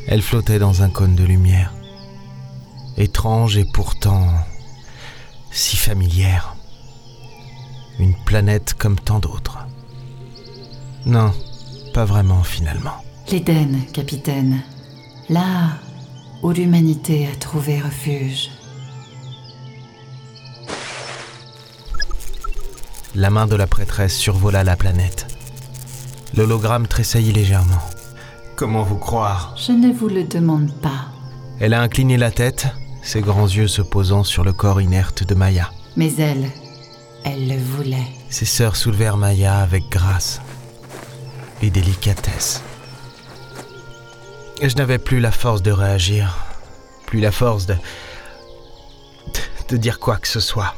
Elle flottait dans un cône de lumière. Étrange et pourtant si familière. Une planète comme tant d'autres. Non, pas vraiment finalement. L'Éden, capitaine. Là où l'humanité a trouvé refuge. La main de la prêtresse survola la planète. L'hologramme tressaillit légèrement. Comment vous croire ? Je ne vous le demande pas. Elle a incliné la tête, ses grands yeux se posant sur le corps inerte de Maya. Mais elle le voulait. Ses sœurs soulevèrent Maya avec grâce et délicatesse. Et je n'avais plus la force de réagir, plus la force de dire quoi que ce soit.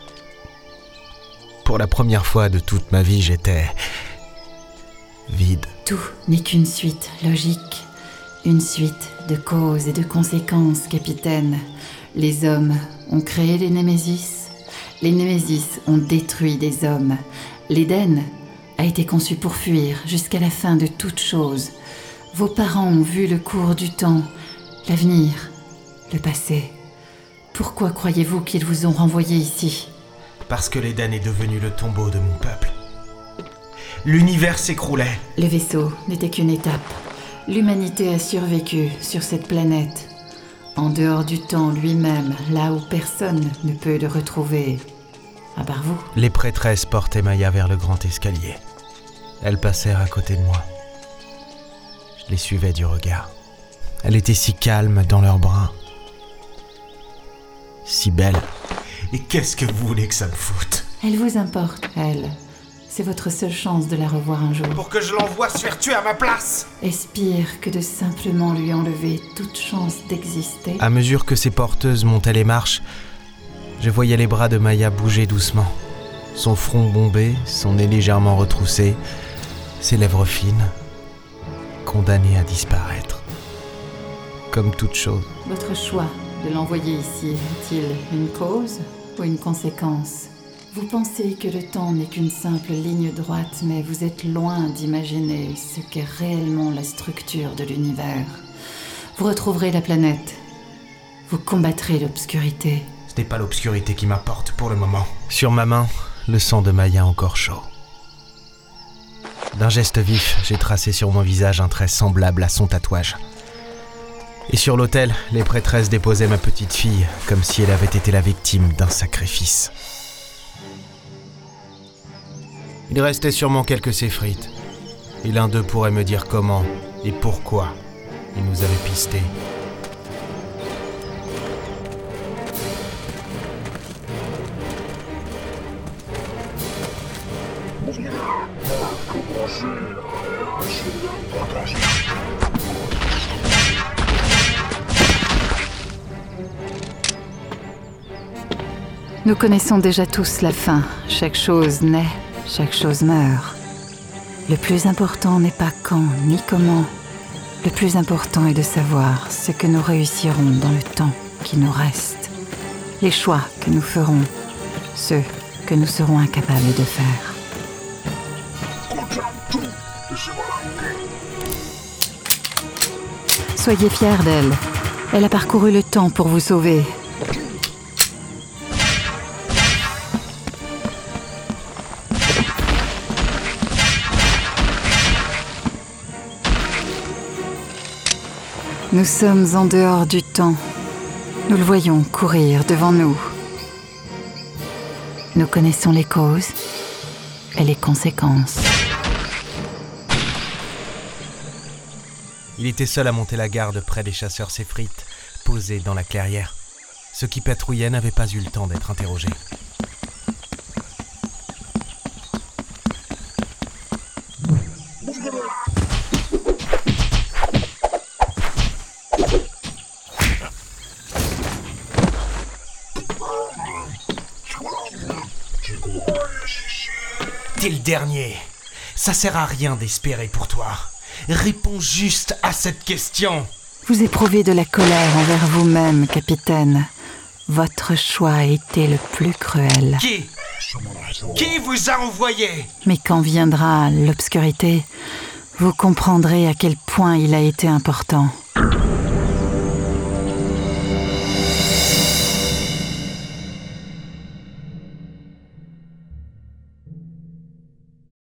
Pour la première fois de toute ma vie, j'étais vide. Tout n'est qu'une suite logique, une suite de causes et de conséquences, capitaine. Les hommes ont créé les Némésis ont détruit des hommes. L'Éden a été conçu pour fuir jusqu'à la fin de toute chose. Vos parents ont vu le cours du temps, l'avenir, le passé. Pourquoi croyez-vous qu'ils vous ont renvoyé ici ? Parce que l'Éden est devenu le tombeau de mon peuple. L'univers s'écroulait. Le vaisseau n'était qu'une étape. L'humanité a survécu sur cette planète. En dehors du temps lui-même, là où personne ne peut le retrouver, à part vous. Les prêtresses portaient Maya vers le grand escalier. Elles passèrent à côté de moi. Je les suivais du regard. Elle était si calme dans leurs bras. Si belle. Et qu'est-ce que vous voulez que ça me foute ? Elle vous importe, elle. C'est votre seule chance de la revoir un jour. Pour que je l'envoie se faire tuer à ma place ? Est-ce pire que de simplement lui enlever toute chance d'exister ? À mesure que ses porteuses montaient les marches, je voyais les bras de Maya bouger doucement. Son front bombé, son nez légèrement retroussé, ses lèvres fines, condamnées à disparaître. Comme toute chose. Votre choix de l'envoyer ici est-il une cause ou une conséquence ? Vous pensez que le temps n'est qu'une simple ligne droite, mais vous êtes loin d'imaginer ce qu'est réellement la structure de l'univers. Vous retrouverez la planète. Vous combattrez l'obscurité. Ce n'est pas l'obscurité qui m'importe pour le moment. Sur ma main, le sang de Maya encore chaud. D'un geste vif, j'ai tracé sur mon visage un trait semblable à son tatouage. Et sur l'autel, les prêtresses déposaient ma petite fille, comme si elle avait été la victime d'un sacrifice. Il restait sûrement quelques séphrites, et l'un d'eux pourrait me dire comment et pourquoi il nous avait pistés. Nous connaissons déjà tous la fin. Chaque chose naît, chaque chose meurt. Le plus important n'est pas quand ni comment. Le plus important est de savoir ce que nous réussirons dans le temps qui nous reste. Les choix que nous ferons, ceux que nous serons incapables de faire. Soyez fiers d'elle. Elle a parcouru le temps pour vous sauver. Nous sommes en dehors du temps. Nous le voyons courir devant nous. Nous connaissons les causes et les conséquences. Il était seul à monter la garde près des chasseurs séphrites, posés dans la clairière. Ceux qui patrouillaient n'avaient pas eu le temps d'être interrogés. T'es le dernier. Ça sert à rien d'espérer pour toi. Réponds juste à cette question. Vous éprouvez de la colère envers vous-même, capitaine. Votre choix a été le plus cruel. Qui vous a envoyé ? Mais quand viendra l'obscurité, vous comprendrez à quel point il a été important.